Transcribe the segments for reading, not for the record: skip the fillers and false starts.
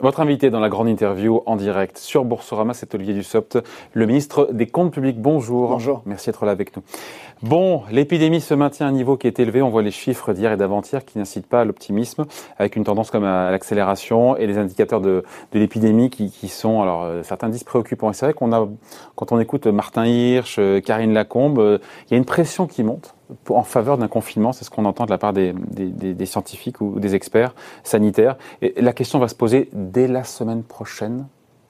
Votre invité dans la grande interview en direct sur Boursorama, c'est Olivier Dussopt, le ministre des Comptes publics. Bonjour. Bonjour. Merci d'être là avec nous. Bon, l'épidémie se maintient à un niveau qui est élevé. On voit les chiffres d'hier et d'avant-hier qui n'incitent pas à l'optimisme, avec une tendance comme à l'accélération et les indicateurs de l'épidémie qui sont, alors certains disent préoccupants. Et c'est vrai quand on écoute Martin Hirsch, Karine Lacombe, il y a une pression qui monte en faveur d'un confinement. C'est ce qu'on entend de la part des scientifiques ou des experts sanitaires. Et la question va se poser dès la semaine prochaine.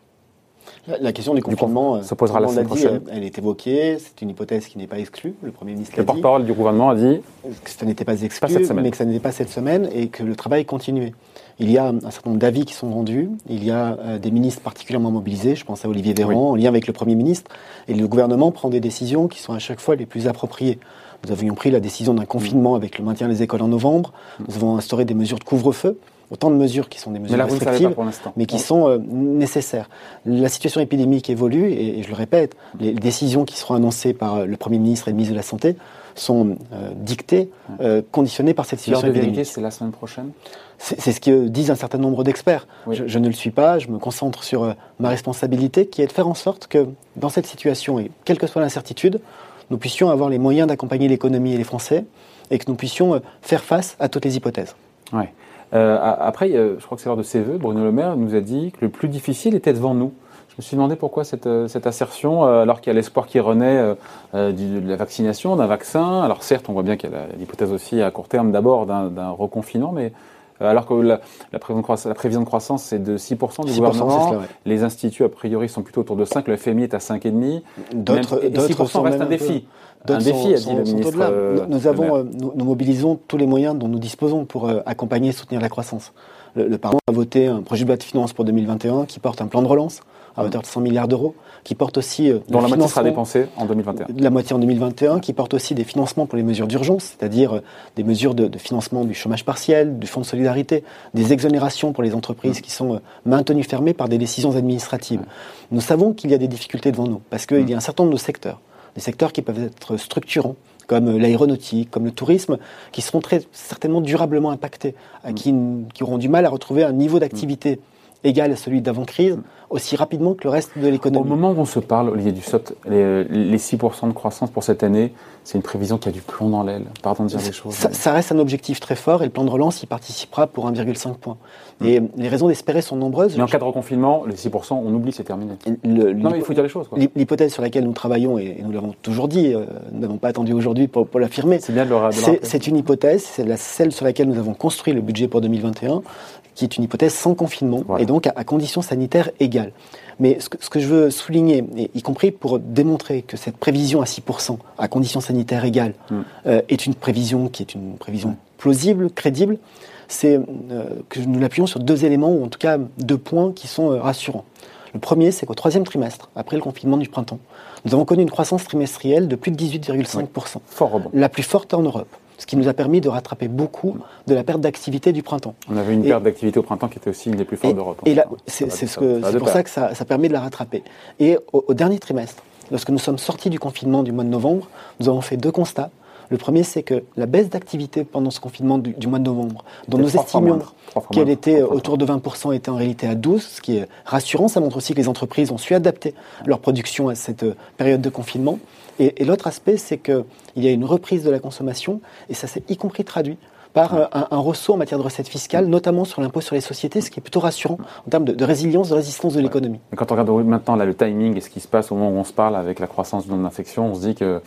La question du confinement se posera la semaine prochaine. Elle est évoquée, c'est une hypothèse qui n'est pas exclue. Le Premier ministre l'a dit. Le porte-parole du gouvernement a dit que ça n'était pas exclu, mais que ça n'était pas cette semaine et que le travail continuait. Il y a un certain nombre d'avis qui sont rendus, il y a des ministres particulièrement mobilisés, je pense à Olivier Véran, en lien avec le Premier ministre, et le gouvernement prend des décisions qui sont à chaque fois les plus appropriées. Nous avions pris la décision d'un confinement avec le maintien des écoles en novembre, nous avons instauré des mesures de couvre-feu, autant de mesures qui sont des mesures restrictives, mais qui sont nécessaires. La situation épidémique évolue, et je le répète, les décisions qui seront annoncées par le Premier ministre et le ministre de la Santé sont dictées, conditionnées par cette situation épidémique. Vérité, c'est la semaine prochaine ? C'est ce que disent un certain nombre d'experts. Oui. Je ne le suis pas, je me concentre sur ma responsabilité, qui est de faire en sorte que, dans cette situation, et quelle que soit l'incertitude, nous puissions avoir les moyens d'accompagner l'économie et les Français, et que nous puissions faire face à toutes les hypothèses. Ouais. Après, je crois que c'est lors de ses vœux, Bruno Le Maire nous a dit que le plus difficile était devant nous. Je me suis demandé pourquoi cette assertion, alors qu'il y a l'espoir qui renaît de la vaccination, d'un vaccin. Alors certes, on voit bien qu'il y a l'hypothèse aussi à court terme d'abord d'un reconfinement, mais alors que la prévision de croissance c'est de 6% du gouvernement, cela, ouais. Les instituts a priori sont plutôt autour de 5%, le FMI est à 5,5%. D'autres 6% reste un défi. Un défi, a dit le ministre. Nous mobilisons tous les moyens dont nous disposons pour accompagner et soutenir la croissance. Le Parlement a voté un projet de loi de finances pour 2021 qui porte un plan de relance à hauteur de 100 milliards d'euros, qui porte aussi dont la moitié sera dépensée en 2021. La moitié en 2021, qui porte aussi des financements pour les mesures d'urgence, c'est-à-dire des mesures de financement du chômage partiel, du fonds de solidarité, des exonérations pour les entreprises qui sont maintenues fermées par des décisions administratives. Nous savons qu'il y a des difficultés devant nous, parce qu'il y a un certain nombre de secteurs, des secteurs qui peuvent être structurants, comme l'aéronautique, comme le tourisme, qui seront très certainement durablement impactés, qui auront du mal à retrouver un niveau d'activité égal à celui d'avant-crise, aussi rapidement que le reste de l'économie. Au moment où on se parle, Olivier Dussopt, les 6% de croissance pour cette année, c'est une prévision qui a du plomb dans l'aile. Pardon de dire des choses. Ça reste un objectif très fort et le plan de relance y participera pour 1,5 point. Et les raisons d'espérer sont nombreuses. Mais en cas de reconfinement, les 6%, on oublie, c'est terminé. Non, mais il faut dire les choses. L'hypothèse sur laquelle nous travaillons, et nous l'avons toujours dit, nous n'avons pas attendu aujourd'hui pour l'affirmer, c'est bien de le rappeler. C'est une hypothèse, c'est celle sur laquelle nous avons construit le budget pour 2021, qui est une hypothèse sans confinement, voilà. Et donc à conditions sanitaires égales. Mais ce que je veux souligner, y compris pour démontrer que cette prévision à 6%, à conditions sanitaires égales, est une prévision qui est une prévision plausible, crédible, c'est que nous l'appuyons sur deux éléments, ou en tout cas 2 points qui sont rassurants. Le premier, c'est qu'au 3e trimestre, après le confinement du printemps, nous avons connu une croissance trimestrielle de plus de 18,5%. Fort rebond. La plus forte en Europe. Ce qui nous a permis de rattraper beaucoup de la perte d'activité du printemps. On avait une perte d'activité au printemps qui était aussi une des plus fortes d'Europe. Et là, c'est pour ça que ça permet de la rattraper. Et au dernier trimestre, lorsque nous sommes sortis du confinement du mois de novembre, nous avons fait 2 constats. Le premier, c'est que la baisse d'activité pendant ce confinement du mois de novembre, dont nous estimions qu'elle était autour de 20%, était en réalité à 12%, ce qui est rassurant. Ça montre aussi que les entreprises ont su adapter leur production à cette période de confinement. Et l'autre aspect, c'est qu'il y a une reprise de la consommation, et ça s'est y compris traduit par un ressaut en matière de recettes fiscales, notamment sur l'impôt sur les sociétés, ce qui est plutôt rassurant en termes de résilience, de résistance de l'économie. Et quand on regarde maintenant là, le timing et ce qui se passe au moment où on se parle avec la croissance du nombre d'infections, on se dit que...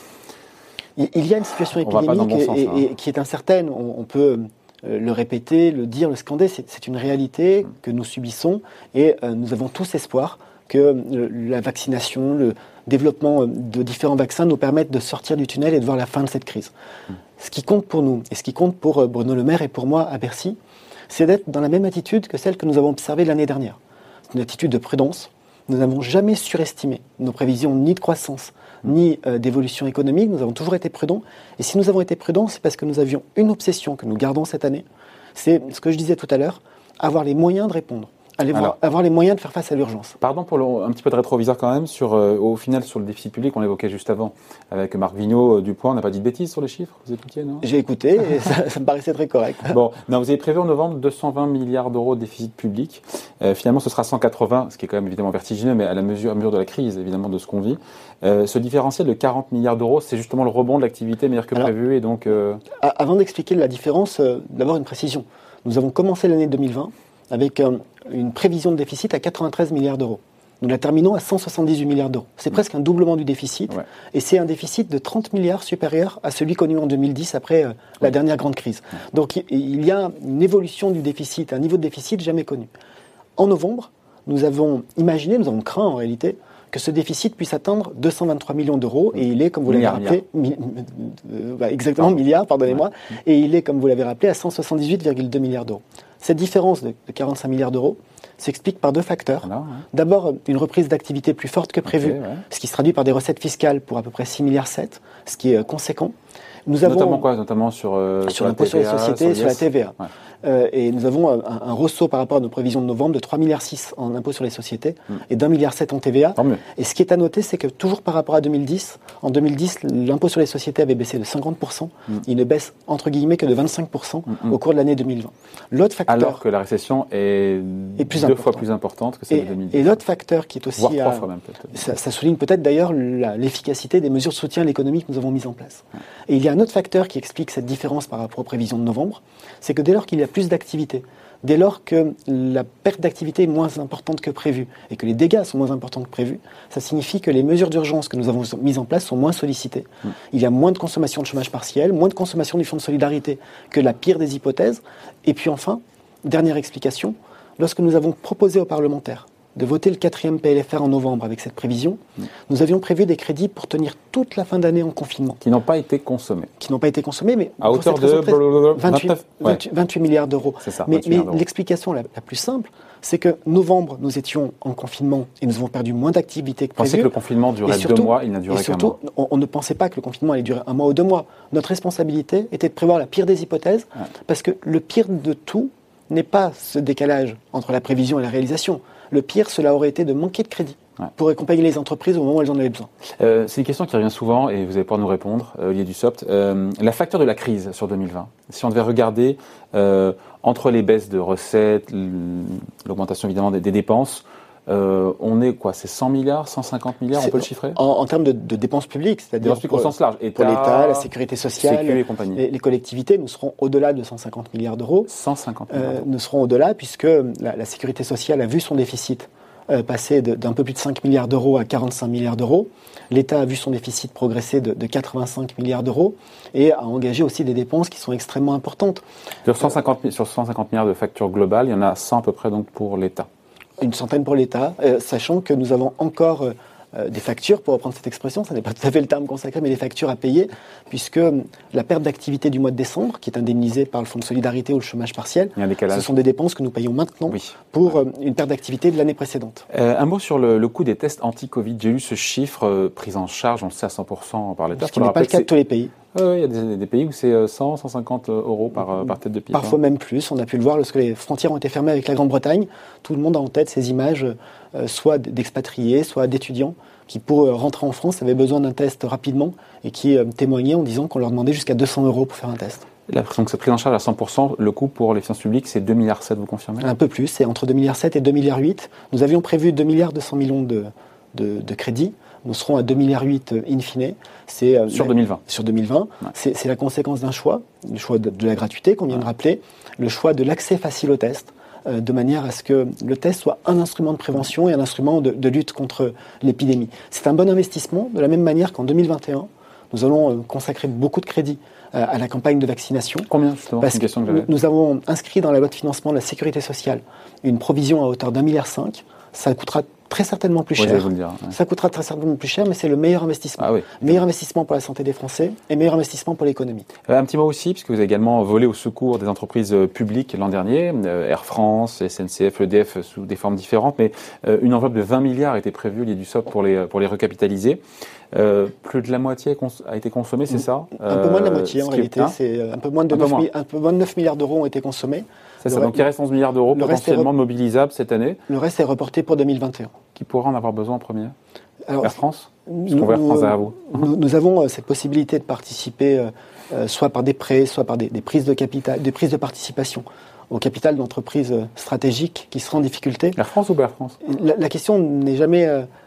Il y a une situation épidémique qui est incertaine. On peut le répéter, le dire, le scander. C'est une réalité que nous subissons et nous avons tous espoir que la vaccination, le développement de différents vaccins nous permettent de sortir du tunnel et de voir la fin de cette crise. Ce qui compte pour nous et ce qui compte pour Bruno Le Maire et pour moi à Bercy, c'est d'être dans la même attitude que celle que nous avons observée l'année dernière. C'est une attitude de prudence. Nous n'avons jamais surestimé nos prévisions ni de croissance, ni d'évolution économique. Nous avons toujours été prudents. Et si nous avons été prudents, c'est parce que nous avions une obsession que nous gardons cette année. C'est ce que je disais tout à l'heure, avoir les moyens de répondre avoir les moyens de faire face à l'urgence. Pardon pour un petit peu de rétroviseur quand même, au final sur le déficit public, on l'évoquait juste avant, avec Marc Vigneault du Point, on n'a pas dit de bêtises sur les chiffres, vous écoutiez, non ? J'ai écouté et ça me paraissait très correct. Bon, non, vous avez prévu en novembre 220 milliards d'euros de déficit public, finalement ce sera 180, ce qui est quand même évidemment vertigineux, mais à mesure de la crise, évidemment, de ce qu'on vit. Ce différentiel de 40 milliards d'euros, c'est justement le rebond de l'activité meilleur que prévu, et donc... Avant d'expliquer la différence, d'abord une précision. Nous avons commencé l'année 2020 avec une prévision de déficit à 93 milliards d'euros. Nous la terminons à 178 milliards d'euros. C'est presque un doublement du déficit. Ouais. Et c'est un déficit de 30 milliards supérieur à celui connu en 2010 après la dernière grande crise. Ouais. Donc il y a une évolution du déficit, un niveau de déficit jamais connu. En novembre, nous avons craint en réalité, que ce déficit puisse atteindre 223 millions d'euros. Et il est, comme vous l'avez rappelé, milliards, pardonnez-moi. Ouais. Et il est, comme vous l'avez rappelé, à 178,2 milliards d'euros. Cette différence de 45 milliards d'euros s'explique par deux facteurs. Voilà, ouais. D'abord, une reprise d'activité plus forte que prévu, ce qui se traduit par des recettes fiscales pour à peu près 6,7 milliards, ce qui est conséquent. Notamment sur l'impôt sur les sociétés, sur la TVA. Ouais. Et nous avons un ressaut par rapport à nos prévisions de novembre de 3,6 milliards en impôt sur les sociétés et d'1,7 milliard en TVA. Et ce qui est à noter, c'est que toujours par rapport à 2010, en 2010, l'impôt sur les sociétés avait baissé de 50%. Il ne baisse entre guillemets que de 25% au cours de l'année 2020. L'autre facteur, alors que la récession est deux fois plus importante que celle de 2010. Et l'autre facteur qui est aussi... Voire 3 fois même peut-être. Ça souligne peut-être d'ailleurs l'efficacité des mesures de soutien à l'économie que nous avons mises en place. Et il y a un autre facteur qui explique cette différence par rapport aux prévisions de novembre, c'est que dès lors qu'il y a plus d'activité, dès lors que la perte d'activité est moins importante que prévu et que les dégâts sont moins importants que prévu, ça signifie que les mesures d'urgence que nous avons mises en place sont moins sollicitées. Il y a moins de consommation de chômage partiel, moins de consommation du fonds de solidarité que la pire des hypothèses. Et puis enfin, dernière explication, lorsque nous avons proposé aux parlementaires de voter le 4e PLFR en novembre avec cette prévision, nous avions prévu des crédits pour tenir toute la fin d'année en confinement. Qui n'ont pas été consommés. Mais à hauteur de 28 milliards d'euros. C'est ça, mais l'explication la plus simple, c'est que novembre, nous étions en confinement et nous avons perdu moins d'activité que prévu. Vous pensez que le confinement durait 2 mois, il n'a duré qu'un mois. On ne pensait pas que le confinement allait durer 1 mois ou 2 mois. Notre responsabilité était de prévoir la pire des hypothèses, parce que le pire de tout n'est pas ce décalage entre la prévision et la réalisation. Le pire, cela aurait été de manquer de crédit pour accompagner les entreprises au moment où elles en avaient besoin. C'est une question qui revient souvent et vous allez pouvoir nous répondre, Olivier Dussopt. La facture de la crise sur 2020, si on devait regarder entre les baisses de recettes, l'augmentation évidemment des dépenses, on est quoi? C'est 100 milliards, 150 milliards, on peut le chiffrer? En termes de dépenses publiques, c'est-à-dire au sens large. Pour l'État, la sécurité sociale, et compagnie. Les collectivités, nous serons au-delà de 150 milliards d'euros. 150 milliards d'euros. Nous serons au-delà puisque la sécurité sociale a vu son déficit passer d'un peu plus de 5 milliards d'euros à 45 milliards d'euros. L'État a vu son déficit progresser de 85 milliards d'euros et a engagé aussi des dépenses qui sont extrêmement importantes. Sur 150 milliards de factures globales, il y en a 100 à peu près donc pour l'État. Une centaine pour l'État, sachant que nous avons encore des factures, pour reprendre cette expression, ça n'est pas tout à fait le terme consacré, mais des factures à payer, puisque la perte d'activité du mois de décembre, qui est indemnisée par le Fonds de solidarité ou le chômage partiel, ce sont des dépenses que nous payons maintenant pour une perte d'activité de l'année précédente. Un mot sur le coût des tests anti-Covid. J'ai lu ce chiffre pris en charge, on le sait à 100% par l'État. Ce qui n'est pas le cas de tous les pays. Oui, il y a des pays où c'est 100, 150 euros par tête de pipe. Parfois même plus. On a pu le voir lorsque les frontières ont été fermées avec la Grande-Bretagne. Tout le monde a en tête ces images, soit d'expatriés, soit d'étudiants, qui pour rentrer en France avaient besoin d'un test rapidement et qui témoignaient en disant qu'on leur demandait jusqu'à 200 euros pour faire un test. Donc cette prise en charge à 100%, le coût pour les finances publiques, c'est 2,7 milliards, vous confirmez? Un peu plus, c'est entre 2,7 milliards et 2,8 milliards. Nous avions prévu 2,2 milliards de crédits. Nous serons à 2,8 milliards in fine. Sur 2020. Sur 2020. Ouais. C'est la conséquence d'un choix, le choix de la gratuité qu'on vient de rappeler, le choix de l'accès facile au test, de manière à ce que le test soit un instrument de prévention et un instrument de lutte contre l'épidémie. C'est un bon investissement, de la même manière qu'en 2021, nous allons consacrer beaucoup de crédits à la campagne de vaccination. Combien justement? Parce que nous avons inscrit dans la loi de financement de la sécurité sociale une provision à hauteur d'1,5 milliard. Ça coûtera très certainement plus cher. Ça coûtera très certainement plus cher, mais c'est le meilleur investissement. Meilleur investissement pour la santé des Français et meilleur investissement pour l'économie. Un petit mot aussi, puisque vous avez également volé au secours des entreprises publiques l'an dernier, Air France, SNCF, EDF, sous des formes différentes, mais une enveloppe de 20 milliards a été prévue, liée du SOP, pour les recapitaliser. Plus de la moitié a été consommée, c'est ça? Un peu moins de la moitié en réalité. C'est un peu moins de 9 milliards d'euros ont été consommés. C'est ça, donc il reste 11 milliards d'euros potentiellement mobilisables cette année. Le reste est reporté pour 2021. Qui pourra en avoir besoin en premier? Air France? Parce qu'on va Air France derrière vous. Nous avons cette possibilité de participer soit par des prêts, soit par des prises de capital, des prises de participation au capital d'entreprises stratégiques qui seront en difficulté. Air France ou Air France? La question n'est jamais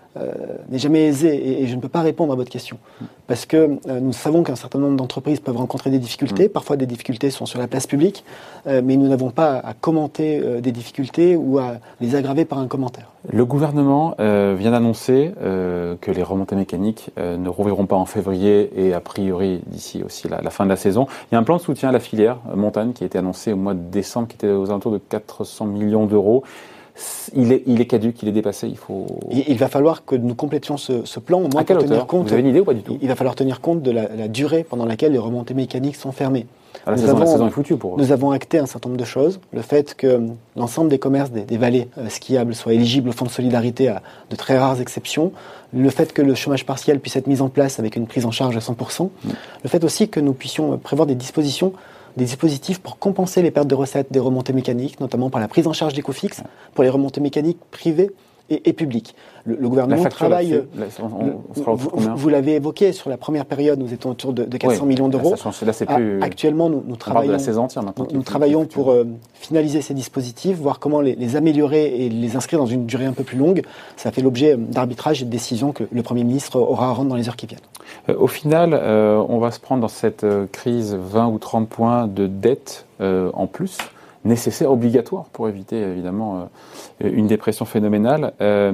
aisée et je ne peux pas répondre à votre question. Parce que nous savons qu'un certain nombre d'entreprises peuvent rencontrer des difficultés. Parfois, des difficultés sont sur la place publique, mais nous n'avons pas à commenter des difficultés ou à les aggraver par un commentaire. Le gouvernement vient d'annoncer que les remontées mécaniques ne rouvriront pas en février et a priori d'ici aussi la fin de la saison. Il y a un plan de soutien à la filière montagne qui a été annoncé au mois de décembre, qui était aux alentours de 400 millions d'euros. Il est caduc, il est dépassé, Il va falloir que nous complétions ce plan, au moins à quelle hauteur ? Vous avez une idée ou pas du tout ? Il va falloir tenir compte de la durée pendant laquelle les remontées mécaniques sont fermées. La saison est foutue pour eux. Nous avons acté un certain nombre de choses. Le fait que l'ensemble des commerces des vallées skiables soient éligibles au fonds de solidarité à de très rares exceptions. Le fait que le chômage partiel puisse être mis en place avec une prise en charge à 100%. Le fait aussi que nous puissions prévoir des dispositifs pour compenser les pertes de recettes des remontées mécaniques, notamment par la prise en charge des coûts fixes pour les remontées mécaniques privées et publiques. Le gouvernement travaille. Vous l'avez évoqué, sur la première période, nous étions autour de 400 millions d'euros. Là, c'est plus... Actuellement, nous travaillons. On parle de la saison entière maintenant. Nous travaillons pour finaliser ces dispositifs, voir comment les améliorer et les inscrire dans une durée un peu plus longue. Ça fait l'objet d'arbitrages et de décisions que le Premier ministre aura à rendre dans les heures qui viennent. Au final, on va se prendre dans cette crise 20 ou 30 points de dette en plus, nécessaire, obligatoire, pour éviter évidemment une dépression phénoménale.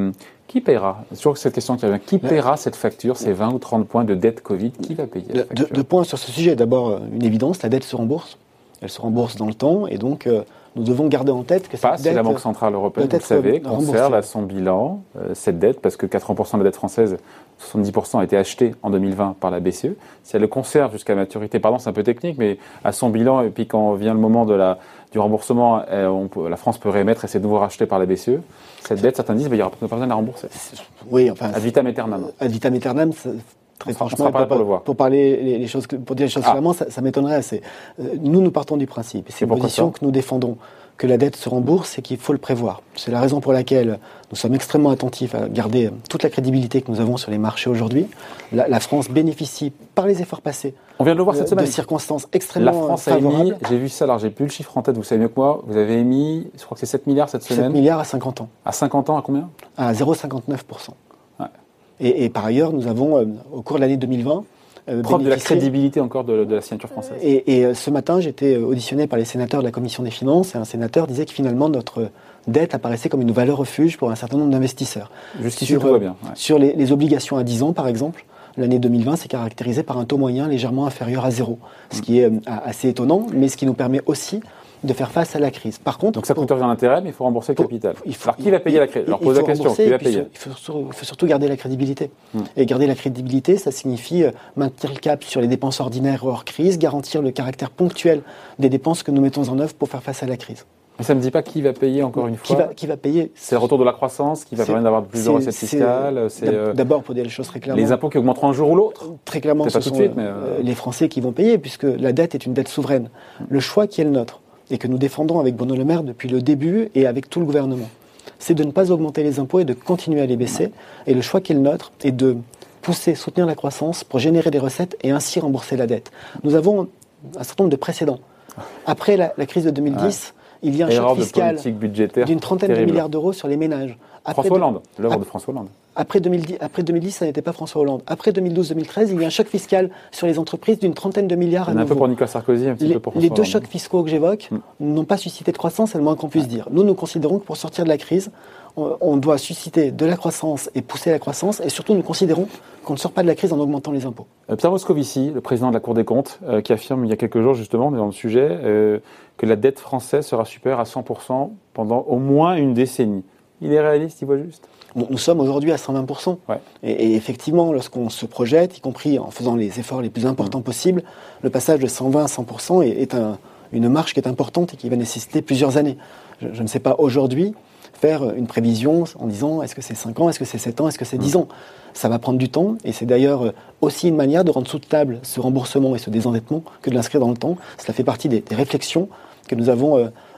Qui paiera ? C'est toujours cette question qui revient. Qui paiera cette facture, ces 20 ou 30 points de dette Covid ? Qui va payer la facture ? Deux points sur ce sujet. D'abord, une évidence, la dette se rembourse. Elle se rembourse dans le temps et donc nous devons garder en tête que cette dette... la Banque Centrale Européenne, vous le savez, conserve à son bilan cette dette, parce que 80% de la dette française, 70% a été achetée en 2020 par la BCE. Si elle le conserve jusqu'à maturité, pardon, c'est un peu technique, mais à son bilan, et puis quand vient le moment du remboursement, la France peut réémettre et c'est de nouveau racheté par la BCE. Cette dette, certains disent, il n'y aura pas besoin de la rembourser. Oui, enfin... Ad vitam aeternam. Ad vitam aeternam, très franchement, pour dire les choses clairement, ça m'étonnerait assez. Nous partons du principe, et c'est une position que nous défendons, que la dette se rembourse et qu'il faut le prévoir. C'est la raison pour laquelle nous sommes extrêmement attentifs à garder toute la crédibilité que nous avons sur les marchés aujourd'hui. La France bénéficie, par les efforts passés, on vient de le voir cette semaine, de circonstances extrêmement favorables. La France a émis, j'ai vu ça, alors j'ai plus le chiffre en tête, vous savez mieux que moi, vous avez émis, je crois que c'est 7 milliards cette semaine. 7 milliards à 50 ans. À 50 ans, à combien ? À 0,59%. Ouais. Et par ailleurs, nous avons, au cours de l'année 2020, preuve de la crédibilité encore de la signature française. Et ce matin, j'étais auditionné par les sénateurs de la Commission des Finances et un sénateur disait que finalement notre dette apparaissait comme une valeur refuge pour un certain nombre d'investisseurs. Jusqu'ici, tout va bien. Ouais. Sur les obligations à 10 ans, par exemple, l'année 2020 s'est caractérisée par un taux moyen légèrement inférieur à 0, ce qui est assez étonnant, mais ce qui nous permet aussi de faire face à la crise. Par contre, donc ça coûte rien d'intérêt, mais il faut rembourser le capital. Alors qui va payer la crise ? Alors pose la question, qui va payer ? Il faut surtout garder la crédibilité. Et garder la crédibilité, ça signifie maintenir le cap sur les dépenses ordinaires hors crise, garantir le caractère ponctuel des dépenses que nous mettons en œuvre pour faire face à la crise. Mais ça ne me dit pas qui va payer encore une fois. Qui va payer ? C'est le retour de la croissance qui va permettre d'avoir plus de recettes fiscales. D'abord, pour dire les choses très clairement. Les impôts qui augmenteront un jour ou l'autre. Très clairement, ce sont les Français qui vont payer, puisque la dette est une dette souveraine. Le choix qui est le nôtre, et que nous défendons avec Bruno Le Maire depuis le début et avec tout le gouvernement, c'est de ne pas augmenter les impôts et de continuer à les baisser. Et le choix qui est le nôtre est de soutenir la croissance pour générer des recettes et ainsi rembourser la dette. Nous avons un certain nombre de précédents. Après la crise de 2010, il y a un choc fiscal d'une trentaine de milliards d'euros sur les ménages. François Hollande, l'œuvre de François Hollande. Après 2010, ça n'était pas François Hollande. Après 2012-2013, il y a un choc fiscal sur les entreprises d'une trentaine de milliards à nouveau. Un peu pour Nicolas Sarkozy, un petit peu pour François Les deux Hollande. chocs fiscaux que j'évoque n'ont pas suscité de croissance, c'est le moins qu'on puisse dire. Nous considérons que pour sortir de la crise, on doit susciter de la croissance et pousser la croissance, et surtout nous considérons qu'on ne sort pas de la crise en augmentant les impôts. Pierre Moscovici, le président de la Cour des comptes, qui affirme il y a quelques jours justement, dans le sujet, que la dette française sera supérieure à 100% pendant au moins une décennie. Il est réaliste, il voit juste ? Nous sommes aujourd'hui à 120%. Ouais. Et effectivement, lorsqu'on se projette, y compris en faisant les efforts les plus importants possibles, le passage de 120 à 100% est une marche qui est importante et qui va nécessiter plusieurs années. Je ne sais pas aujourd'hui faire une prévision en disant est-ce que c'est 5 ans, est-ce que c'est 7 ans, est-ce que c'est 10 ans. Ça va prendre du temps et c'est d'ailleurs aussi une manière de rendre soutenable ce remboursement et ce désendettement que de l'inscrire dans le temps. Cela fait partie des réflexions que nous avons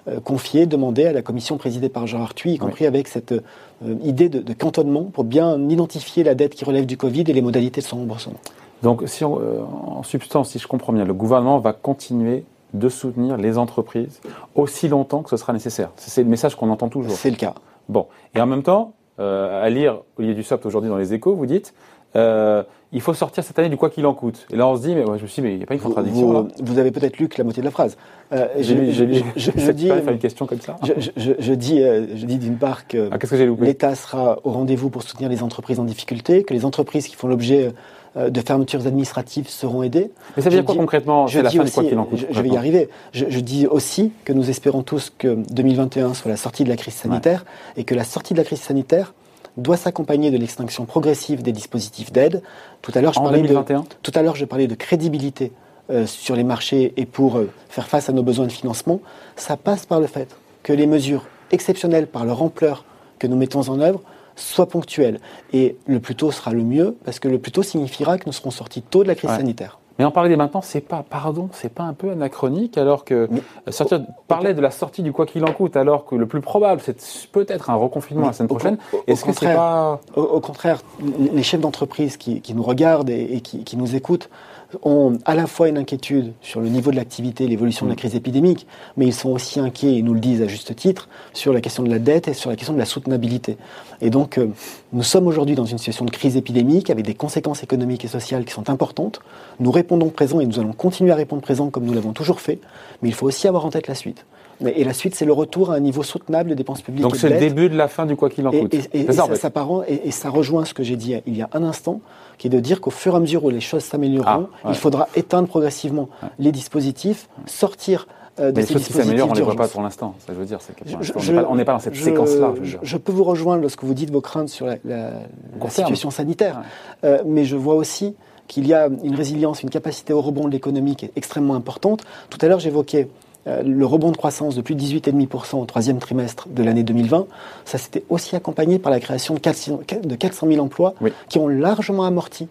confié, demandé à la commission présidée par Jean Arthuis, y compris avec cette idée de cantonnement pour bien identifier la dette qui relève du Covid et les modalités de son remboursement. Donc, en substance, si je comprends bien, le gouvernement va continuer de soutenir les entreprises aussi longtemps que ce sera nécessaire. C'est le message qu'on entend toujours. C'est le cas. Bon. Et en même temps, à lire Olivier Dussopt aujourd'hui dans Les Échos, vous dites il faut sortir cette année du quoi qu'il en coûte. Et là, on se dit, mais je me suis dit, mais il n'y a pas une contradiction là. Vous avez peut-être lu que la moitié de la phrase. Je dis, faire une question comme ça. Je dis d'une part que l'État sera au rendez-vous pour soutenir les entreprises en difficulté, que les entreprises qui font l'objet de fermetures administratives seront aidées. Mais ça veut dire quoi concrètement? C'est la fin du quoi qu'il en coûte. Je vais y arriver. Je dis aussi que nous espérons tous que 2021 soit la sortie de la crise sanitaire et que la sortie de la crise sanitaire doit s'accompagner de l'extinction progressive des dispositifs d'aide. Tout à l'heure, je parlais de crédibilité sur les marchés et pour faire face à nos besoins de financement. Ça passe par le fait que les mesures exceptionnelles par leur ampleur que nous mettons en œuvre soient ponctuelles. Et le plus tôt sera le mieux, parce que le plus tôt signifiera que nous serons sortis tôt de la crise sanitaire. Mais en parler dès maintenant, c'est pas un peu anachronique, alors que parler de la sortie du quoi qu'il en coûte, alors que le plus probable, c'est peut-être un reconfinement la semaine prochaine. Au contraire, les chefs d'entreprise qui nous regardent et qui nous écoutent ont à la fois une inquiétude sur le niveau de l'activité, l'évolution de la crise épidémique, mais ils sont aussi inquiets, ils nous le disent à juste titre, sur la question de la dette et sur la question de la soutenabilité. Et donc, nous sommes aujourd'hui dans une situation de crise épidémique avec des conséquences économiques et sociales qui sont importantes. Nous répondons présent et nous allons continuer à répondre présent comme nous l'avons toujours fait, mais il faut aussi avoir en tête la suite. Et la suite, c'est le retour à un niveau soutenable de dépenses publiques. Donc c'est le début de la fin du quoi qu'il en coûte. Et ça rejoint ce que j'ai dit il y a un instant, qui est de dire qu'au fur et à mesure où les choses s'amélioreront, il faudra éteindre progressivement les dispositifs, sortir de ces dispositifs d'urgence. Mais les choses qui s'améliorent, on ne les voit pas pour l'instant. Ça veut dire, on n'est pas dans cette séquence-là. Je peux vous rejoindre lorsque vous dites vos craintes sur la situation sanitaire, mais je vois aussi qu'il y a une résilience, une capacité au rebond de l'économie qui est extrêmement importante. Tout à l'heure, j'évoquais le rebond de croissance de plus de 18,5% au troisième trimestre de l'année 2020, ça s'était aussi accompagné par la création de 400 000 emplois qui ont largement amorti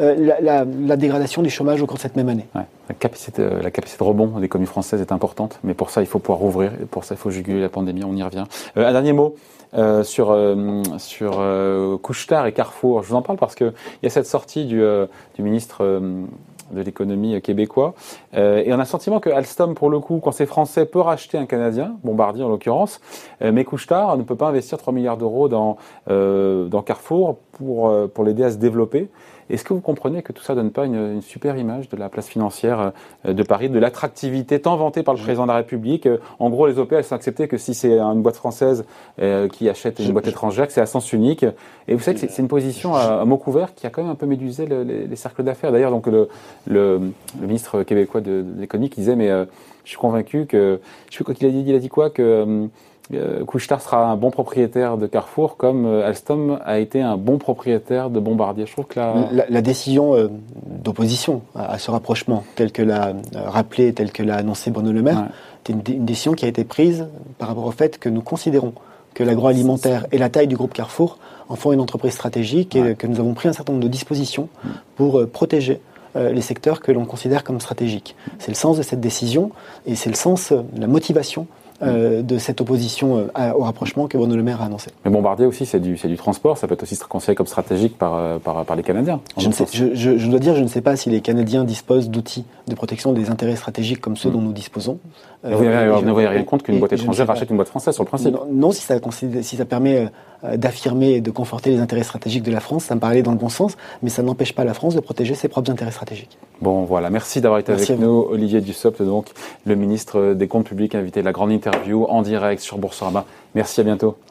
la dégradation du chômage au cours de cette même année. Ouais. La capacité de rebond de l'économie française est importante, mais pour ça, il faut pouvoir rouvrir. Et pour ça, il faut juguler la pandémie, on y revient. Un dernier mot sur Couche-Tard et Carrefour. Je vous en parle parce qu'il y a cette sortie du ministre de l'économie québécois. Et on a le sentiment que Alstom, pour le coup, quand c'est français, peut racheter un Canadien, Bombardier en l'occurrence, mais Couche-Tard ne peut pas investir 3 milliards d'euros dans Carrefour pour l'aider à se développer. Est-ce que vous comprenez que tout ça ne donne pas une super image de la place financière de Paris, de l'attractivité tant vantée par le président de la République? En gros, les OPA, elles sont acceptées que si c'est une boîte française qui achète une boîte étrangère, que c'est à sens unique. Et vous savez que c'est une position à mots couverts qui a quand même un peu médusé les cercles d'affaires. D'ailleurs, donc le ministre québécois de l'économie qui disait, mais je suis convaincu que, je sais pas quoi qu'il a dit, il a dit quoi, que Couche-Tard sera un bon propriétaire de Carrefour, comme Alstom a été un bon propriétaire de Bombardier. Je trouve que la décision d'opposition à ce rapprochement, telle que l'a rappelé, telle que l'a annoncé Bruno Le Maire, c'est une décision qui a été prise par rapport au fait que nous considérons que l'agroalimentaire et la taille du groupe Carrefour en font une entreprise stratégique et que nous avons pris un certain nombre de dispositions pour protéger les secteurs que l'on considère comme stratégiques. C'est le sens de cette décision et c'est le sens, la motivation de cette opposition au rapprochement que Bruno Le Maire a annoncé. Mais Bombardier aussi, c'est du transport, ça peut être aussi considéré comme stratégique par les Canadiens. Je dois dire, je ne sais pas si les Canadiens disposent d'outils de protection des intérêts stratégiques comme ceux dont nous disposons. Vous ne voyez rien contre qu'une boîte étrangère rachète une boîte française sur le principe? Non, si ça permet d'affirmer et de conforter les intérêts stratégiques de la France, ça me paraît aller dans le bon sens, mais ça n'empêche pas la France de protéger ses propres intérêts stratégiques. Bon, voilà. Merci d'avoir été avec nous. Olivier Dussopt, donc, le ministre des Comptes Publics, invité à la grande interview en direct sur Boursorama. Merci, à bientôt.